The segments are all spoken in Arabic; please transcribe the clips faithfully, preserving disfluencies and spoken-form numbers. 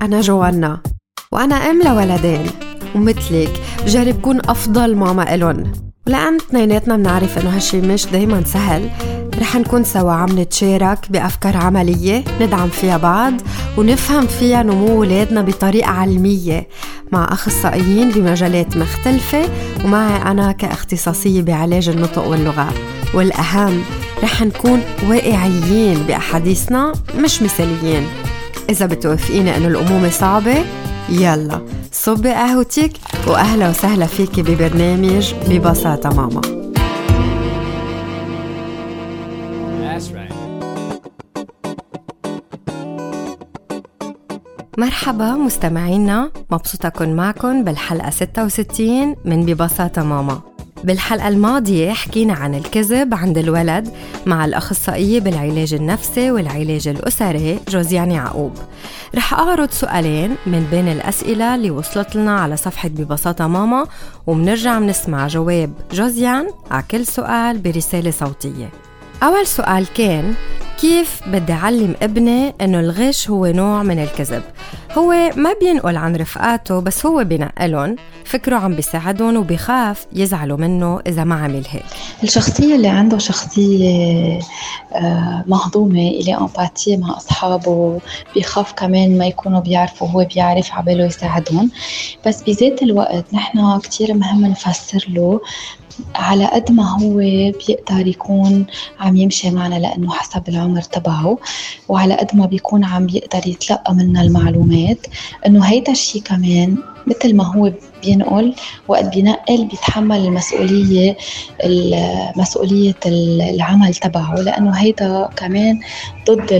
أنا جوانا وأنا أم لولدين، ومثلك بجرب كون أفضل ماما إلون. ولأن اثنيناتنا بنعرف إنه هالشي مش دايما سهل، رح نكون سوا عم نتشارك بأفكار عملية ندعم فيها بعض ونفهم فيها نمو ولادنا بطريقة علمية مع أخصائيين بمجالات مختلفة، ومعي أنا كاختصاصية بعلاج النطق واللغة. والأهم رح نكون واقعيين بأحاديثنا مش مثاليين. إذا بتوافقيني إنه الأمومة صعبة، يلا صبي قهوتك وأهلا وسهلا فيكي ببرنامج ببساطة ماما. مرحبا مستمعينا، مبسوطة أكون معكم بالحلقة ستة وستين من ببساطة ماما. بالحلقة الماضية حكينا عن الكذب عند الولد مع الأخصائية بالعلاج النفسي والعلاج الأسري جوزيان يعقوب. رح أعرض سؤالين من بين الأسئلة اللي وصلت لنا على صفحة ببساطة ماما، ومنرجع منسمع جواب جوزيان على كل سؤال برسالة صوتية. أول سؤال كان: كيف بدي أعلم ابني إنه الغش هو نوع من الكذب؟ هو ما بينقل عن رفقاته، بس هو بينقلهم، فكره عم بيساعدهم وبيخاف يزعلوا منه إذا ما عمل هيك. الشخصية اللي عنده شخصية مهضومة إلي أمباتية مع أصحابه، بيخاف كمان ما يكونوا بيعرفوا هو بيعرف عباله يساعدهم. بس بذات الوقت نحن كتير مهم نفسر له على قد ما هو بيقدر يكون عم يمشي معنا، لأنه حسب العمر تبعه، وعلى قد ما بيكون عم بيقدر يتلقى منا المعلومات، إنه هيدا الشيء كمان مثل ما هو بينقل، وقت بينقل بيتحمل المسؤولية المسؤولية العمل تبعه، لأنه هيدا كمان ضد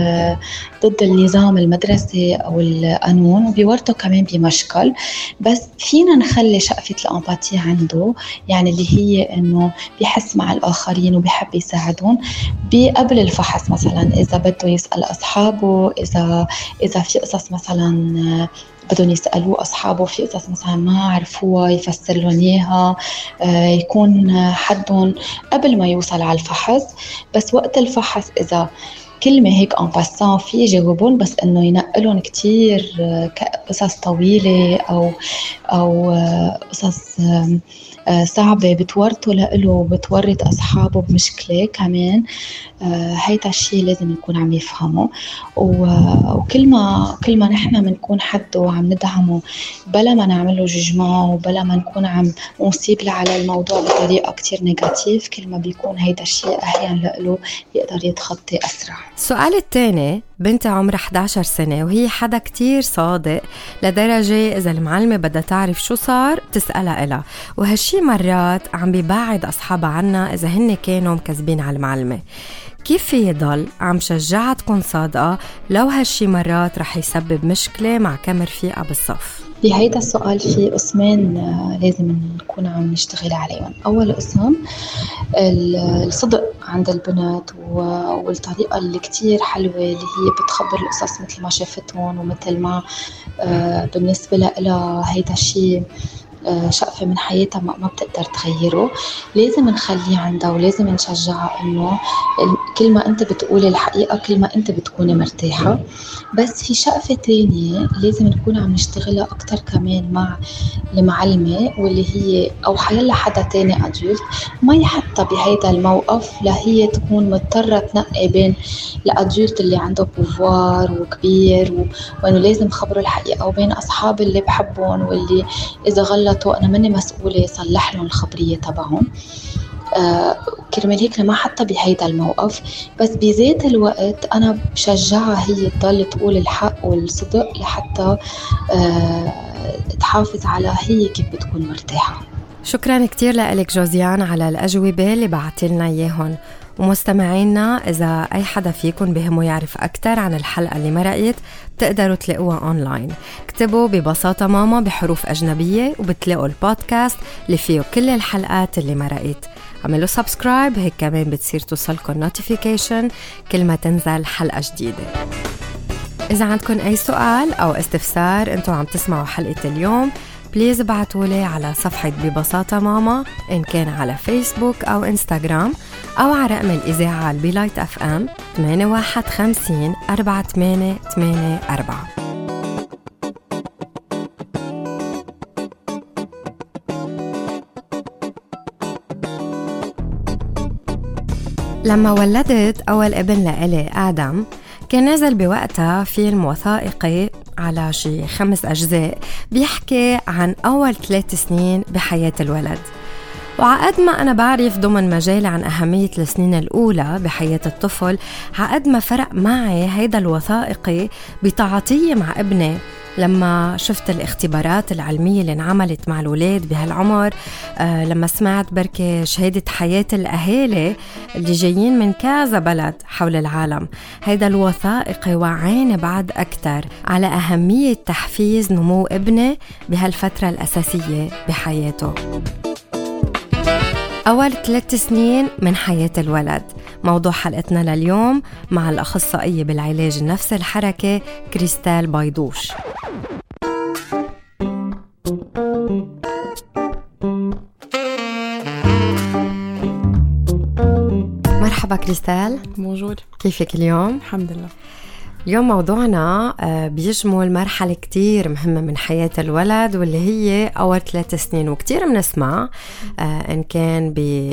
ضد النظام المدرسي أو القانون، وبيورطه كمان بمشكل. بس فينا نخلي شقفة الأمباتية عنده، يعني اللي هي إنه بيحس مع الآخرين وبيحب يساعدهم قبل الفحص. مثلا إذا بده يسأل أصحابه، إذا إذا في قصص مثلا بدهم يسألوه أصحابه، في قصص مثلا ما عرفوها يفسر لهم إياها، آه يكون حدهم قبل ما يوصل على الفحص. بس وقت الفحص إذا كلمة هيك en passant في يجاوبون، بس إنه ينقلون كتير قصص طويلة أو أو قصص صعبة بتورطه لإله، بتورط أصحابه بمشكلة كمان. هيدا الشيء لازم نكون عم يفهمه. وكل ما كل ما نحن منكون حده وعم ندعمه بلا ما نعمله ججمان، وبلا ما نكون عم نصيب له على الموضوع بطريقة كتير نيجاتيف، كل ما بيكون هيدا الشيء أهين لإله يقدر يتخطي أسرع. السؤال الثاني: بنت عمرها إحدى عشرة سنة وهي حدا كتير صادق، لدرجة إذا المعلمة بدها تعرف شو صار تسألها إلها، وهالشي مرات عم بيبعد أصحابها عنا إذا هن كانوا مكذبين على المعلمة. كيف في يضل عم شجعها تكون صادقة لو هالشي مرات رح يسبب مشكلة مع كم رفيقة بالصف؟ بهيدا السؤال في قسمين لازم نكون عم نشتغل عليهم. أول قسم الصدق عند البنات، والطريقة اللي كتير حلوة اللي هي بتخبر القصص مثل ما شافتهم ومثل ما بالنسبة لها هيدا الشيء شقفة من حياتها ما بتقدر تغيره. لازم نخليه عندها ولازم نشجعها إنه كل ما أنت بتقولي الحقيقة كل ما أنت بتكوني مرتاحة. بس في شقفة تانية لازم نكون عم نشتغلها أكتر كمان مع المعلمة، واللي هي أو حيلا حدا تاني أدولت ما يحطها بهيدا الموقف لهي تكون مضطرة تنقي بين الأدولت اللي عنده بوفوار وكبير وأنه لازم خبروا الحقيقة، وبين أصحاب اللي بحبهم واللي إذا غلطوا أنا مني مسؤولة صلح لهم الخبرية تبعهم. آه كرمال هيك ما حتى بهيدا الموقف. بس بذات الوقت أنا بشجعها هي تضل تقول الحق والصدق لحتى آه تحافظ على هي كيف بتكون مرتاحة. شكرا كتير لك جوزيان على الأجوبة اللي بعتلنا إياهن. ومستمعينا، إذا أي حدا فيكن بهمه يعرف أكتر عن الحلقة اللي مرقت بتقدروا تلاقوها أونلاين. اكتبوا ببساطة ماما بحروف أجنبية وبتلاقوا البودكاست اللي فيه كل الحلقات اللي مرقت. عملوا سبسكرايب، هيك كمان بتصير توصلكم نوتيفيكيشن كل ما تنزل حلقة جديدة. إذا عندكم أي سؤال أو استفسار أنتوا عم تسمعوا حلقة اليوم، بليز ابعتولي على صفحة ببساطة ماما إن كان على فيسبوك أو إنستغرام، أو على رقم الإذاعة على بلايت أف أم ثمانية واحد خمسين أربعة ثمانية ثمانية أربعة. لما ولدت أول ابن لإلي آدم كان نازل بوقتها فيلم وثائقي على شي خمس أجزاء بيحكي عن أول ثلاث سنين بحياة الولد. وعقد ما أنا بعرف ضمن مجالي عن أهمية السنين الأولى بحياة الطفل، عقد ما فرق معي هيدا الوثائقي بتعاطيه مع ابني لما شفت الاختبارات العلمية اللي انعملت مع الولاد بهالعمر. آه لما سمعت بركة شهادة حياة الأهالي اللي جايين من كذا بلد حول العالم. هيدا الوثائقي وعاني بعد أكتر على أهمية تحفيز نمو ابني بهالفترة الأساسية بحياته. أول ثلاث سنين من حياة الولد موضوع حلقتنا لليوم مع الأخصائية بالعلاج النفسي الحركي كريستال بايدوش. مرحبا كريستال. بونجور، كيفك اليوم؟ الحمد لله. اليوم موضوعنا بيشمل مرحلة كتير مهمة من حياة الولد واللي هي أول ثلاث سنين، وكتير بنسمع إن كان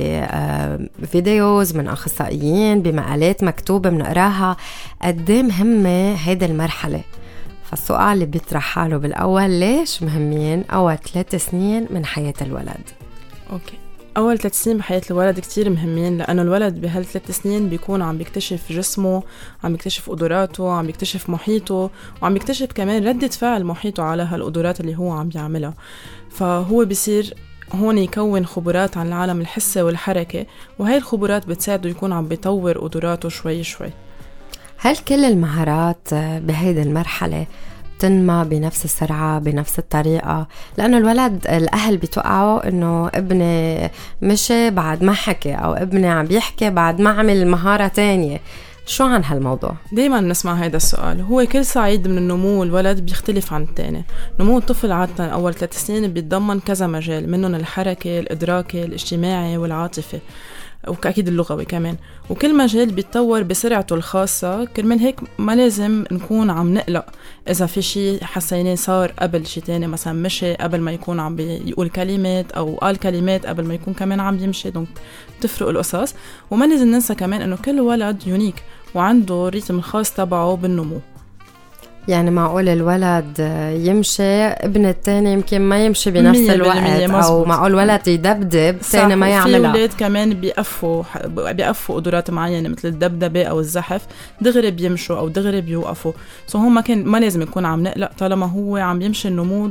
بفيديوز من أخصائيين بمقالات مكتوبة بنقراها قد ايه مهمة هيدا المرحلة. فالسؤال اللي بيطرح حاله بالأول، ليش مهمين أول ثلاث سنين من حياة الولد؟ أوكي، أول ثلاث سنين بحياة الولد كتير مهمين، لأنه الولد بهالثلاث سنين بيكون عم بيكتشف جسمه، عم بيكتشف قدراته، عم بيكتشف محيطه، وعم بيكتشف كمان ردة فعل محيطه على هالقدرات اللي هو عم بيعملها. فهو بيصير هون يكون خبرات عن العالم الحسي والحركة، وهي الخبرات بتساعده يكون عم بيطور قدراته شوي شوي. هل كل المهارات بهيدي المرحلة تنمى بنفس السرعة بنفس الطريقة؟ لأنه الولد الأهل بيتوقعوا إنه ابني مشي بعد ما حكي، أو ابني عم بيحكي بعد ما عمل مهارة تانية. شو عن هالموضوع؟ دايما نسمع هذا السؤال. هو كل صعيد من النمو الولد بيختلف عن التاني. نمو الطفل عادة أول ثلاث سنين بيتضمن كذا مجال، منهم الحركة، الإدراكي، الاجتماعي والعاطفي، وأكيد اللغوي كمان. وكل مجال بيتطور بسرعته الخاصة، كرمال هيك ما لازم نكون عم نقلق إذا في شيء حسيناه صار قبل شيء تاني، مثلا مشي قبل ما يكون عم بيقول كلمات، أو قال كلمات قبل ما يكون كمان عم يمشي. دونك تفرق القصص. وما لازم ننسى كمان إنه كل ولد يونيك وعنده ريتم الخاص تبعه بالنمو. يعني معقول الولد يمشي ابن التاني يمكن ما يمشي بنفس الوقت، أو معقول ولد يدبدب تاني ما يعملها. في ولاد كمان بيقفوا بيقفوا قدرات معينة مثل الدبدبة أو الزحف، دغري بيمشوا أو دغري بيوقفوا. سو هم ما كان ما لازم يكون عم نقلق طالما هو عم يمشي النمو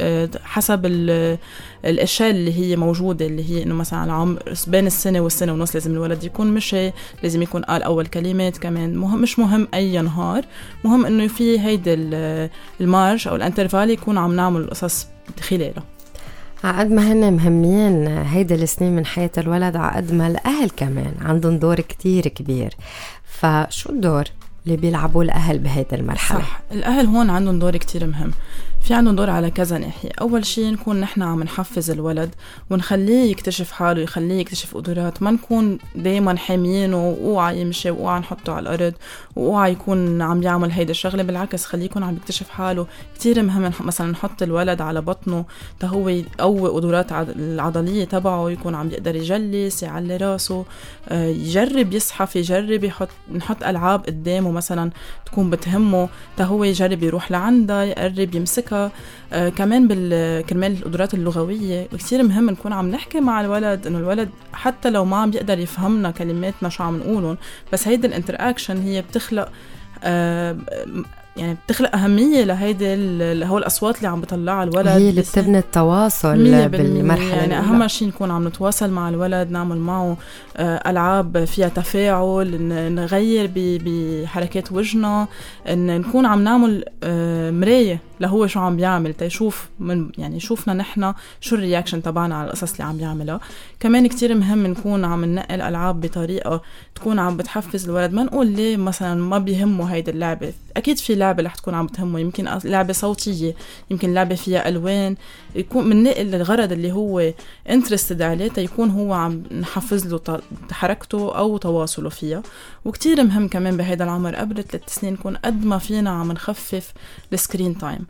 حسب الاشياء اللي هي موجوده، اللي هي انه مثلا العمر بين السنه والسنه ونص لازم الولد يكون مشي، لازم يكون قال اول كلمات كمان. مهم مش مهم اي نهار، مهم انه في هيدا المارج او الانترفال يكون عم نعمل القصص خلاله. عقد ما هن مهمين هيدا السنين من حياه الولد، عقد ما الاهل كمان عندهم دور كتير كبير. فشو الدور اللي بيلعبوا الأهل بهيدا المرحلة؟ صح، الأهل هون عندهم دور كتير مهم. في عندهم دور على كذا ناحية. أول شيء نكون نحن عم نحفز الولد ونخليه يكتشف حاله، يخليه يكتشف قدرات. ما نكون دايما حاميينه وقوعى يمشي وقوعى نحطه على الأرض وقوعى يكون عم يعمل هيدا الشغلة. بالعكس، خليه يكون عم يكتشف حاله. كتير مهم مثلا نحط الولد على بطنه تهو يقوي قدرات العضلية تبعه، يكون عم يقدر يجلس، يعلي راسه، يجرب يزحف، يجرب يحط نحط ألعاب قدامه مثلا تكون بتهمه تهو يجرب يروح لعندها، يقرب يمسكها. آه كمان بالكرمال القدرات اللغوية كتير مهم نكون عم نحكي مع الولد، انه الولد حتى لو ما عم بيقدر يفهمنا كلماتنا شو عم نقولون، بس هيدا الانتراكشن هي بتخلق آه يعني بتخلق أهمية لهيدا اللي هو الأصوات اللي عم بطلعها الولد، هي اللي بتبني التواصل بالمرحلة. يعني أهم شيء نكون عم نتواصل مع الولد، نعمل معه ألعاب فيها تفاعل، نغير بحركات وجهنا، إن نكون عم نعمل مراية لهو شو عم بيعمل تيشوف من يعني شوفنا نحنا شو الرياكشن تبعنا على القصص اللي عم بيعملها. كمان كتير مهم نكون عم ننقل ألعاب بطريقة تكون عم بتحفز الولد. ما نقول ليه مثلا ما بيهمه هيدا اللعبة، أكيد في لعبة رح تكون عم بتهمه، يمكن لعبة صوتية، يمكن لعبة فيها ألوان، يكون من نقل الغرض اللي هو انترستد عليه يكون هو عم نحفز له حركته أو تواصله فيها. وكتير مهم كمان بهيدا العمر قبل ثلاث سنين نكون قد ما فينا عم نخفف السكرين تايم.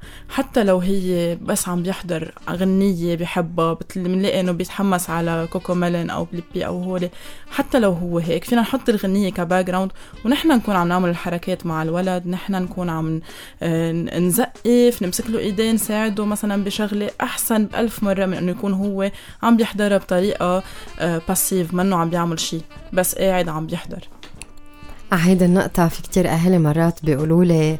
حتى لو هي بس عم بيحضر غنية بيحبها، بنلاقي انه بيتحمس على كوكو ميلن او بليبي او هولي، حتى لو هو هيك فينا نحط الغنية كباك جراوند ونحن نكون عم نعمل الحركات مع الولد، نحن نكون عم نزقف، نمسك له ايدين، نساعده مثلا بشغلة احسن بألف مرة من انه يكون هو عم بيحضرها بطريقة باسيف، منه عم بيعمل شيء بس قاعد عم بيحضر. هيدا النقطة في كتير أهل مرات بيقولوا لي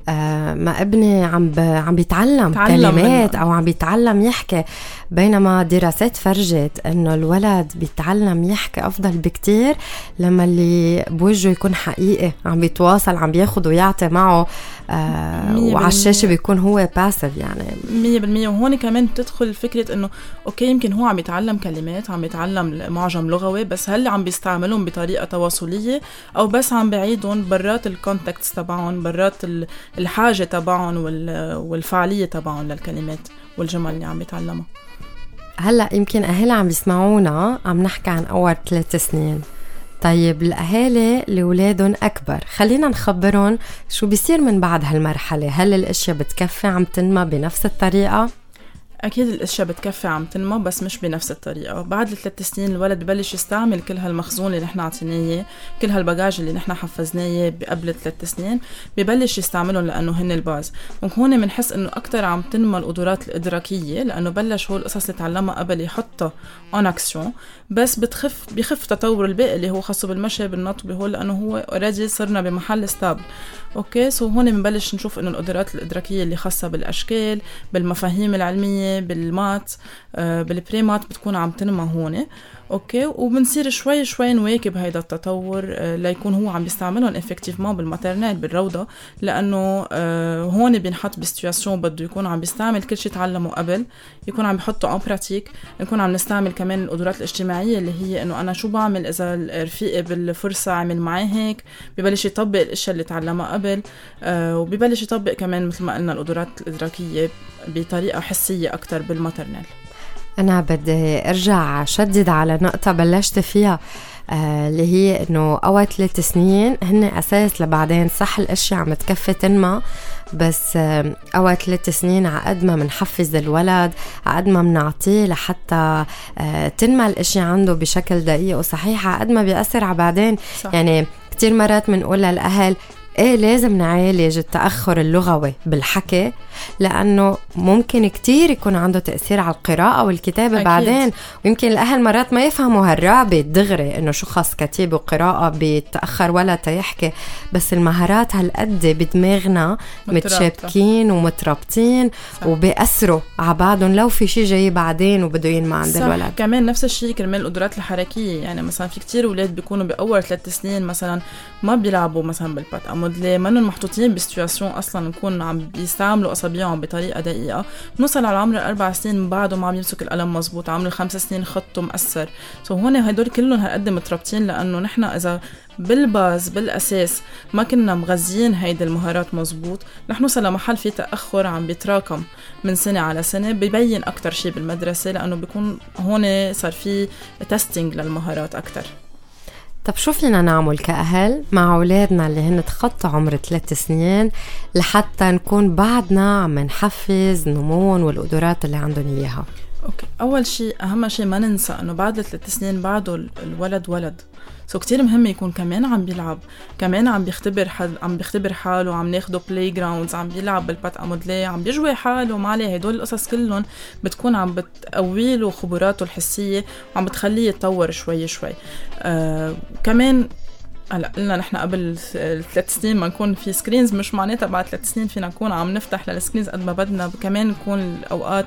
آه ما ابني عم ب... عم بيتعلم كلمات أو عم بيتعلم يحكي، بينما دراسات فرجت إنه الولد بيتعلم يحكي أفضل بكتير لما اللي بوجهه يكون حقيقي، عم بيتواصل، عم بياخد ويعطي معه، آه وعلى الشاشة بيكون هو باسف يعني مية بالمية. وهون كمان بتدخل فكرة إنه أوكي يمكن هو عم يتعلم كلمات، عم يتعلم معجم لغوي، بس هل عم بيستعملهم بطريقة تواصلية أو بس عم بعيدهم برات الكونتكست تبعهم، برات الحاجة تبعهم والفعالية تبعهم للكلمات والجمل اللي عم يتعلمها. هلأ يمكن أهلها عم يسمعونا عم نحكي عن أول ثلاث سنين، طيب الأهالي اللي ولادهم أكبر خلينا نخبرهم شو بيصير من بعد هالمرحلة. هل الأشياء بتكفي عم تنمى بنفس الطريقة؟ أكيد الأشياء بتكفي عم تنمى بس مش بنفس الطريقة. بعد الثلاث سنين الولد ببلش يستعمل كل هالمخزون اللي نحن عطيناه، كل هالباجاج اللي نحن حفظناه قبل الثلاث سنين ببلش يستعملهم لأنه هن الباز. وهون منحس إنه أكتر عم تنمى القدرات الإدراكية لأنه بلش هو القصص اللي تعلمها قبل يحطها اون اكسيون، بس بتخف بيخف تطور الباقي اللي هو خاصه بالمشي بالنط بهول لأنه هو اوريدي صرنا بمحل ستابل. اوكي سو هون بنبلش نشوف انه القدرات الادراكيه اللي خاصه بالاشكال، بالمفاهيم العلميه، بالمات، آه بالبريمات بتكون عم تنمى هون. اوكي وبنصير شوي شوي نواكب هيدا التطور آه ليكون هو عم بيستعملهم افكتيفمون بالماترنال بالروضه، لانه آه هون بينحط بسيتواسيون بده يكون عم بيستعمل كل شيء تعلمه قبل، يكون عم بيحطه ان براتيك. نكون عم نستعمل كمان القدرات الاجتماعيه اللي هي انه انا شو بعمل اذا رفيقي بالفرصه عمل معي هيك، ببلش يطبق الاشياء اللي تعلمها قبل. آه وببلش يطبق كمان مثل ما قلنا القدرات الادراكيه بطريقه حسيه اكتر بالماترنال. أنا بدي أرجع شدد على نقطة بلشت فيها آه اللي هي إنه أول ثلاث سنين هن أساس لبعدين. صح الأشياء عم تكفي تنمى، بس آه أول ثلاث سنين عقد ما منحفز الولد، عقد ما منعطيه لحتى آه تنمى الأشياء عنده بشكل دقيق وصحيح، عقد ما بيأثر على بعدين. صح. يعني كتير مرات منقول للأهل ايه لازم نعالج التأخر اللغوي بالحكي، لأنه ممكن كتير يكون عنده تأثير على القراءة والكتابة أكيد. بعدين ويمكن الأهل مرات ما يفهموا هالرابط دغري إنه شو خاص كتابة وقراءة بيتأخر ولا تيحكي، بس المهارات هالقد بدماغنا متشابكين ومترابطين وبيأثروا على بعضهم لو في شيء جاي بعدين وبده ينمى عند الولد. كمان نفس الشيء كرمال القدرات الحركية، يعني مثلا في كتير أولاد بيكونوا بأول ثلاث سنين مثلا ما بيلعبوا مثلا بالبات مودلي، منهم محطوطين بسيتواسيون اصلا نكون عم بيستعملوا اصابعهم بطريقه دقيقه. نوصل على عمر الاربع سنين بعده ما عم يمسك القلم مزبوط، عمر الخمس سنين خطه مأثر. سو هون هدول كلهم هالقد مترابطين، لانه نحن اذا بالباز بالاساس ما كنا مغذيين هيدي المهارات مزبوط رح نوصل لمحل في تاخر عم بيتراكم من سنه على سنه، بيبين اكتر شيء بالمدرسه لانه بيكون هون صار في تيستينج للمهارات اكتر. طب شو فينا نعمل كأهل مع أولادنا اللي هن تخطى عمر ثلاث سنين لحتى نكون بعدنا عم نحفز نمون والقدرات اللي عندهم إياها؟ أوكي. أول شيء أهم شيء ما ننسى أنه بعد الثلاث سنين بعده الولد ولد، سو كتير مهم يكون كمان عم بيلعب، كمان عم بيختبر حد، عم بيختبر حاله، عم ناخده بلاي جراوندز، عم بيلعب بالبات أمودلي، عم بيجوي حاله ما عليه. هدول القصص كلهم بتكون عم بتقويله خبراته الحسية وعم بتخليه يتطور شوي شوي. آه كمان هلا قلنا نحن قبل ثلاث سنين ما نكون في سكرينز، مش معناتها بعد ثلاث سنين فينا نكون عم نفتح للسكرينز قد ما بدنا. كمان نكون الأوقات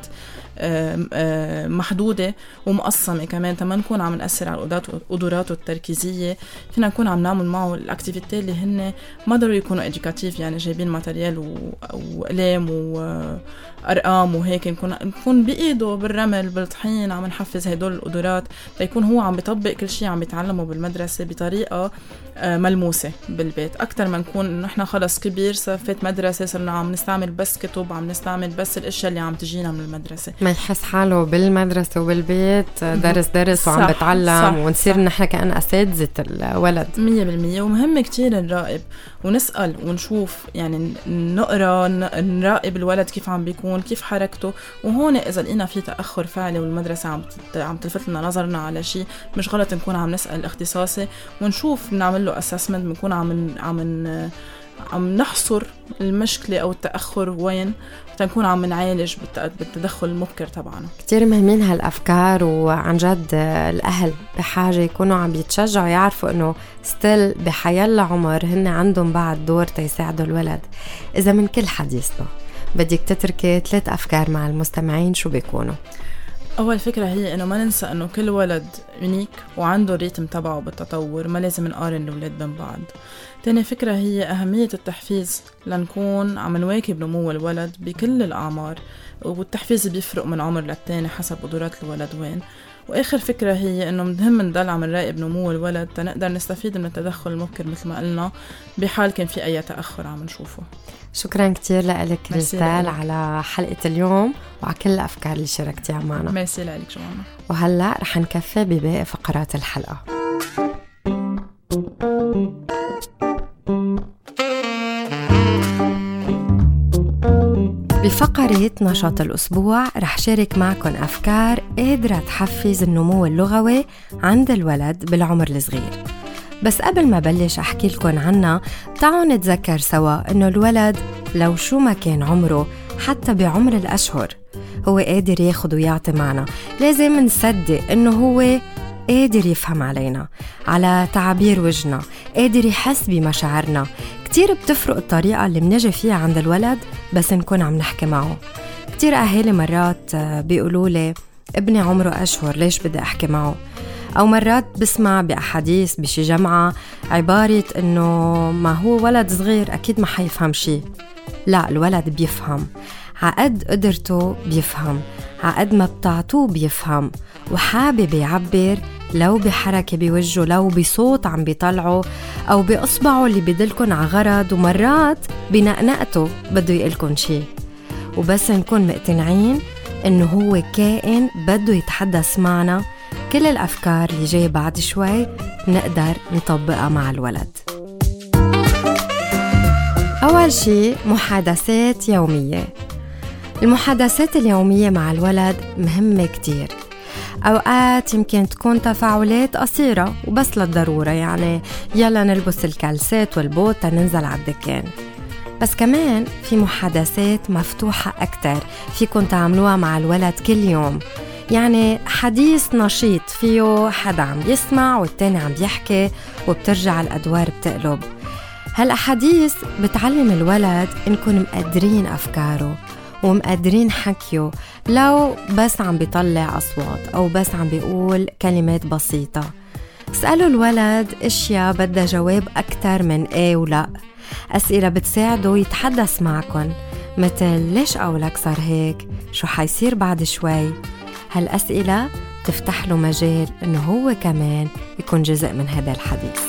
محدودة ومقسمة كمان تما نكون عم نأثر على قدراته التركيزية. فينا نكون عم نعمل معه الأكتيفيتي اللي هن ما ضروري يكونوا إديوكاتيف، يعني جايبين ماتريال وقلام وأرقام وهيك، نكون نكون بإيده بالرمل بالطحين عم نحفز هدول القدرات ليكون هو عم بيطبق كل شيء عم بيتعلمه بالمدرسة بطريقة ملموسة بالبيت، أكتر ما نكون نحن خلص كبير صفت مدرسة صرنا عم نستعمل بس كتب، عم نستعمل بس الأشياء اللي عم تجينا من المدرسة. ما يحس حاله بالمدرسة وبالبيت درس درس وعم بتعلم ونصير نحن كأن أساتذة الولد. مية بالمية. ومهم كتير نراقب ونسأل ونشوف، يعني نقرأ نراقب الولد كيف عم بيكون، كيف حركته. وهون إذا لقينا في تأخر فعلي والمدرسة عم عم تلفت لنا نظرنا على شيء مش غلط، نكون عم نسأل اختصاصي ونشوف بنعمل له assessment، بنكون عم عم عم نحصر المشكلة أو التأخر وين، تنكون عم نعالج بالتدخل المبكر تبعنا. كتير مهمين هالأفكار، وعن جد الأهل بحاجة يكونوا عم بيتشجعوا يعرفوا إنه ستيل بحيالله عمر هن عندهم بعد دور تيساعدوا الولد. إذا من كل حديثنا بدك تتركي ثلاث أفكار مع المستمعين، شو بيكونوا؟ أول فكرة هي إنه ما ننسى إنه كل ولد يونيك وعنده الريتم تبعه بالتطور، ما لازم نقارن الولاد بين بعض. تاني فكرة هي أهمية التحفيز، لنكون عم نواكب نمو الولد بكل الأعمار، والتحفيز بيفرق من عمر للتاني حسب قدرات الولد وين. وآخر فكرة هي إنه مهم نضل عم نراقب نمو الولد تنقدر نستفيد من التدخل المبكر مثل ما قلنا بحال كان في أي تأخر عم نشوفه. شكرا كتير لك ريزال على حلقة اليوم وعلى كل الأفكار اللي شاركتيها معنا. ميرسي لك جماعة. وهلأ رح نكفي بباقي فقرات الحلقة. بفقرة نشاط الأسبوع رح شارك معكم أفكار قادرة تحفز النمو اللغوي عند الولد بالعمر الصغير. بس قبل ما بلش أحكي لكم عنها، تعالوا نتذكر سوا إنه الولد لو شو ما كان عمره، حتى بعمر الأشهر هو قادر ياخد ويعطي معنا. لازم نصدق إنه هو قادر يفهم علينا، على تعابير وجهنا، قادر يحس بمشاعرنا. كتير بتفرق الطريقة اللي منجي فيها عند الولد بس نكون عم نحكي معه. كتير أهالي مرات بيقولوا لي ابني عمره أشهر ليش بدي أحكي معه، أو مرات بسمع بأحاديث بشي جمعة عبارة إنه ما هو ولد صغير أكيد ما حيفهم شي. لا، الولد بيفهم، عقد قدرته بيفهم، عقد ما بتعطوه بيفهم، وحابب يعبر لو بحركة بوجهه، لو بصوت عم بيطلعه، أو بأصبعه اللي بيدلكن على غرض، ومرات بنقنقته بده يقلكن شي. وبس نكون مقتنعين إنه هو كائن بده يتحدث معنا، كل الأفكار اللي جاي بعد شوي نقدر نطبقها مع الولد. أول شي محادثات يومية. المحادثات اليومية مع الولد مهمة كتير. أوقات يمكن تكون تفاعلات قصيرة وبس للضرورة، يعني يلا نلبس الكالسات والبوت تننزل على الدكان. بس كمان في محادثات مفتوحة أكتر فيكن تعملوها مع الولد كل يوم، يعني حديث نشيط فيه حدا عم يسمع والتاني عم يحكي وبترجع الأدوار بتقلب. هالأحاديث بتعلم الولد إنكم مقدرين أفكاره ومقدرين حكيه، لو بس عم بيطلع أصوات أو بس عم بيقول كلمات بسيطة. اسألوا الولد اشياء بدها جواب أكتر من ايه ولا. أسئلة بتساعده يتحدث معكن، مثل ليش قولك صار هيك، شو حيصير بعد شوي. هالأسئلة تفتح له مجال إنه هو كمان يكون جزء من هذا الحديث.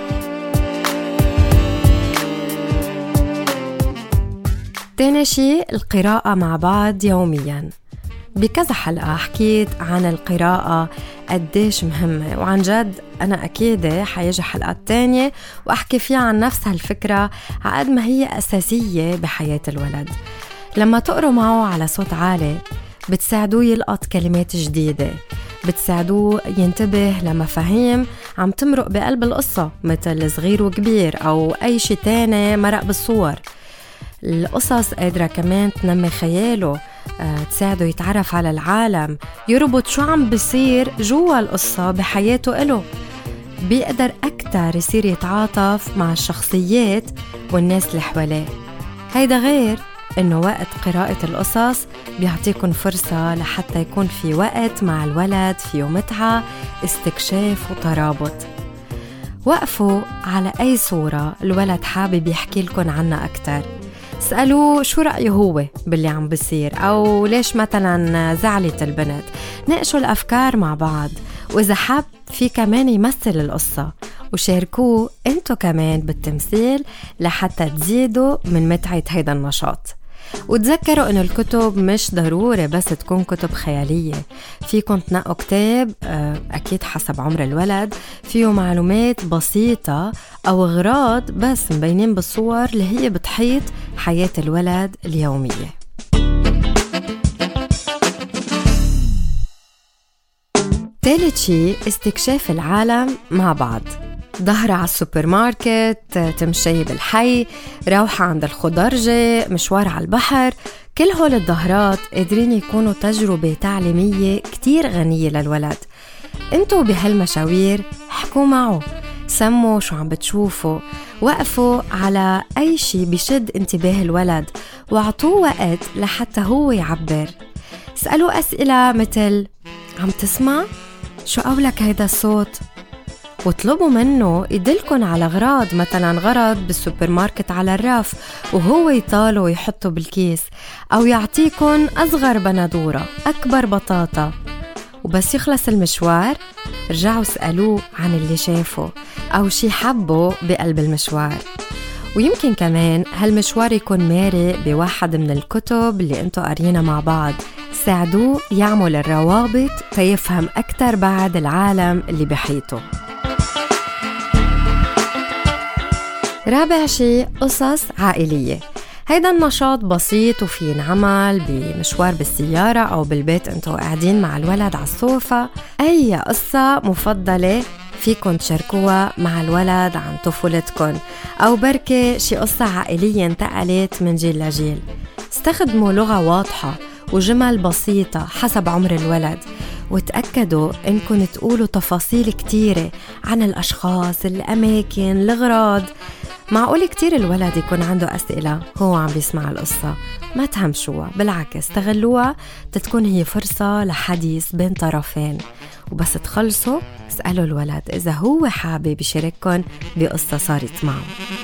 تاني شيء القراءة مع بعض يومياً. بكذا حلقة حكيت عن القراءة قديش مهمة، وعن جد أنا أكيد حيجي حلقات تانية وأحكي فيها عن نفس هالفكرة عقد ما هي أساسية بحياة الولد. لما تقروا معه على صوت عالي بتساعدوه يلقط كلمات جديدة، بتساعدوه ينتبه لمفاهيم عم تمرق بقلب القصة، مثل صغير وكبير أو أي شيء تاني مرق بالصور. القصص قادرة كمان تنمي خياله، أه، تساعده يتعرف على العالم، يربط شو عم بيصير جوا القصة بحياته إله. بيقدر أكتر يصير يتعاطف مع الشخصيات والناس اللي حواليه. هيدا غير إنه وقت قراءة القصص بيعطيكم فرصة لحتى يكون في وقت مع الولد فيه متعة، استكشاف وترابط. وقفوا على أي صورة الولد حابب يحكي لكم عنها أكتر. اسألوه شو رأيه هو باللي عم بيصير، أو ليش مثلا زعلت البنت. ناقشوا الأفكار مع بعض، وإذا حاب في كمان يمثل القصة، وشاركوه انتو كمان بالتمثيل لحتى تزيدوا من متعة هيدا النشاط. وتذكروا إنه الكتب مش ضروري بس تكون كتب خيالية، فيكن تنقوا كتاب أكيد حسب عمر الولد فيه معلومات بسيطة أو أغراض بس مبينين بالصور اللي هي بتحيط حياة الولد اليومية. ثالث شيء استكشاف العالم مع بعض. ظهر على السوبر ماركت، تمشي بالحي، روحة عند الخضرجة، مشوار على البحر، كل هول الظهرات قادرين يكونوا تجربة تعليمية كتير غنية للولد. انتوا بهالمشاوير حكوا معه، سموا شو عم بتشوفوا، وقفوا على أي شيء بيشد انتباه الولد وعطوه وقت لحتى هو يعبر. اسألوا أسئلة مثل عم تسمع؟ شو قولك هيدا الصوت؟ واطلبوا منه يدلكن على غراض، مثلا غرض بالسوبر ماركت على الرف وهو يطاله ويحطه بالكيس، أو يعطيكن أصغر بندورة، أكبر بطاطا. وبس يخلص المشوار رجعوا اسألوه عن اللي شافه أو شي حبه بقلب المشوار. ويمكن كمان هالمشوار يكون مارق بواحد من الكتب اللي انتو قارينا مع بعض، ساعدوه يعمل الروابط تيفهم أكتر بعد العالم اللي بحيطه. رابع شيء قصص عائلية. هيدا النشاط بسيط وفي ينعمل بمشوار بالسيارة أو بالبيت انتوا قاعدين مع الولد على الصوفة. أي قصة مفضلة فيكن تشاركوها مع الولد عن طفولتكن، أو بركة شي قصة عائلية انتقلت من جيل لجيل. استخدموا لغة واضحة وجمل بسيطة حسب عمر الولد، وتأكدوا إنكم تقولوا تفاصيل كتيرة عن الأشخاص، الأماكن، الأغراض. معقول كتير الولد يكون عنده أسئلة هو عم بيسمع القصة، ما تهمشوها، بالعكس استغلوها تتكون هي فرصة لحديث بين طرفين. وبس تخلصوا اسألوا الولد إذا هو حابب يشارككن بقصة صارت معه.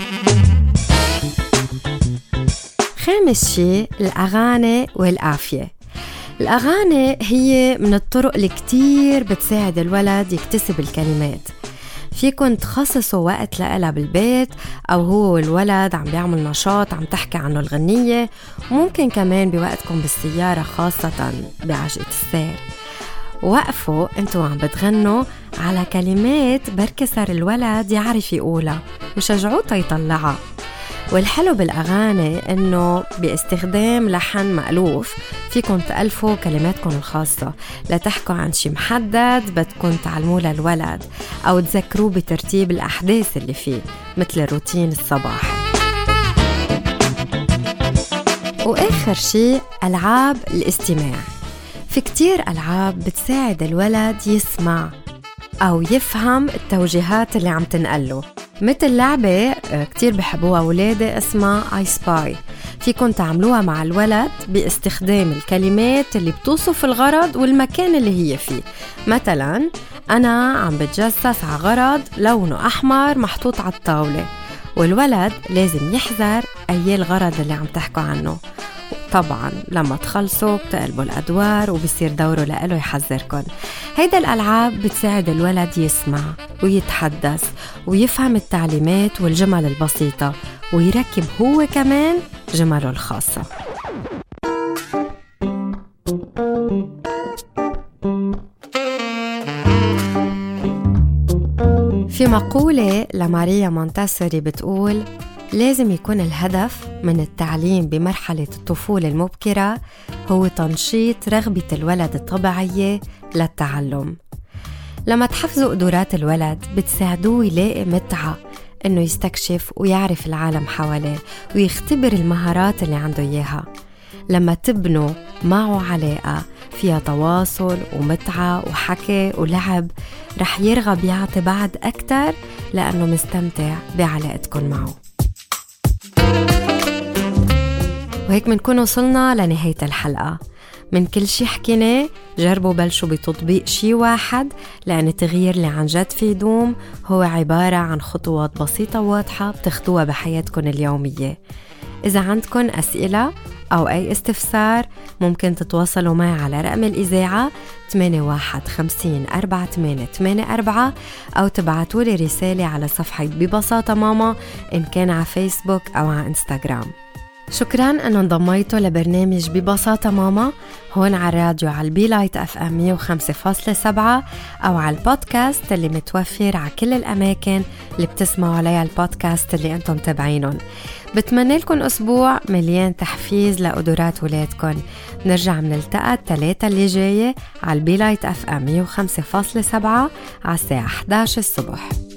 خامس شيء الأغاني والعافية. الأغاني هي من الطرق اللي كتير بتساعد الولد يكتسب الكلمات. فيكن تخصصوا وقت لها بالبيت، أو هو والولد عم بيعمل نشاط عم تحكي عنه الغنية، وممكن كمان بوقتكم بالسيارة خاصة بعجقة السير. وقفوا انتوا عم بتغنوا على كلمات بركي صار الولد يعرف يقولها وشجعوه يطلعها. والحلو بالأغاني إنه باستخدام لحن مألوف فيكم تألفوا كلماتكم الخاصة، لا تحكوا عن شي محدد بدكم تعلموه للولد، أو تذكروه بترتيب الأحداث اللي فيه مثل الروتين الصباحي. وآخر شي ألعاب الاستماع. في كتير ألعاب بتساعد الولد يسمع أو يفهم التوجيهات اللي عم تنقله، مثل لعبة كتير بحبوها أولادي اسمها آي سباي. فيكن تعملوها مع الولد باستخدام الكلمات اللي بتوصف الغرض والمكان اللي هي فيه. مثلا أنا عم بتجسس على غرض لونه أحمر محطوط على الطاولة، والولد لازم يحذر أي الغرض اللي عم تحكوا عنه. طبعا لما تخلصوا بتقلبوا الأدوار وبصير دوره لأله يحذركن. هيدا الألعاب بتساعد الولد يسمع ويتحدث ويفهم التعليمات والجمل البسيطة، ويركب هو كمان جمله الخاصة. في مقولة لماريا مونتسوري بتقول لازم يكون الهدف من التعليم بمرحلة الطفولة المبكرة هو تنشيط رغبة الولد الطبيعية للتعلم. لما تحفزوا قدرات الولد بتساعدوه يلاقي متعة إنه يستكشف ويعرف العالم حواليه ويختبر المهارات اللي عنده إياها. لما تبنوا معه علاقة فيها تواصل ومتعة وحكي ولعب رح يرغب يعطي بعد أكتر لأنه مستمتع بعلاقتكم معه. وهيك منكون وصلنا لنهاية الحلقة. من كل شي حكيناه جربوا بلشوا بتطبيق شي واحد، لأن التغيير اللي عن جد في دوم هو عبارة عن خطوات بسيطة واضحة بتاخدوها بحياتكم اليومية. إذا عندكم أسئلة أو أي استفسار ممكن تتواصلوا معي على رقم الإذاعة ثمانية واحد خمسين أربعة ثمانية ثمانية أربعة، أو تبعتولي رسالة على صفحة ببساطة ماما إن كان على فيسبوك أو على إنستغرام. شكراً أنه انضميتوا لبرنامج ببساطة ماما هون على الراديو على البي لايت اف ام مية وخمسة فاصلة سبعة أو على البودكاست اللي متوفر على كل الأماكن اللي بتسمعوا عليها البودكاست اللي أنتم تابعينهم. بتمنى لكم أسبوع مليان تحفيز لقدرات ولادكم. نرجع منلتقى الثلاثة اللي جاية على البي لايت اف ام مية وخمسة فاصلة سبعة على الساعة إحدى عشر الصبح.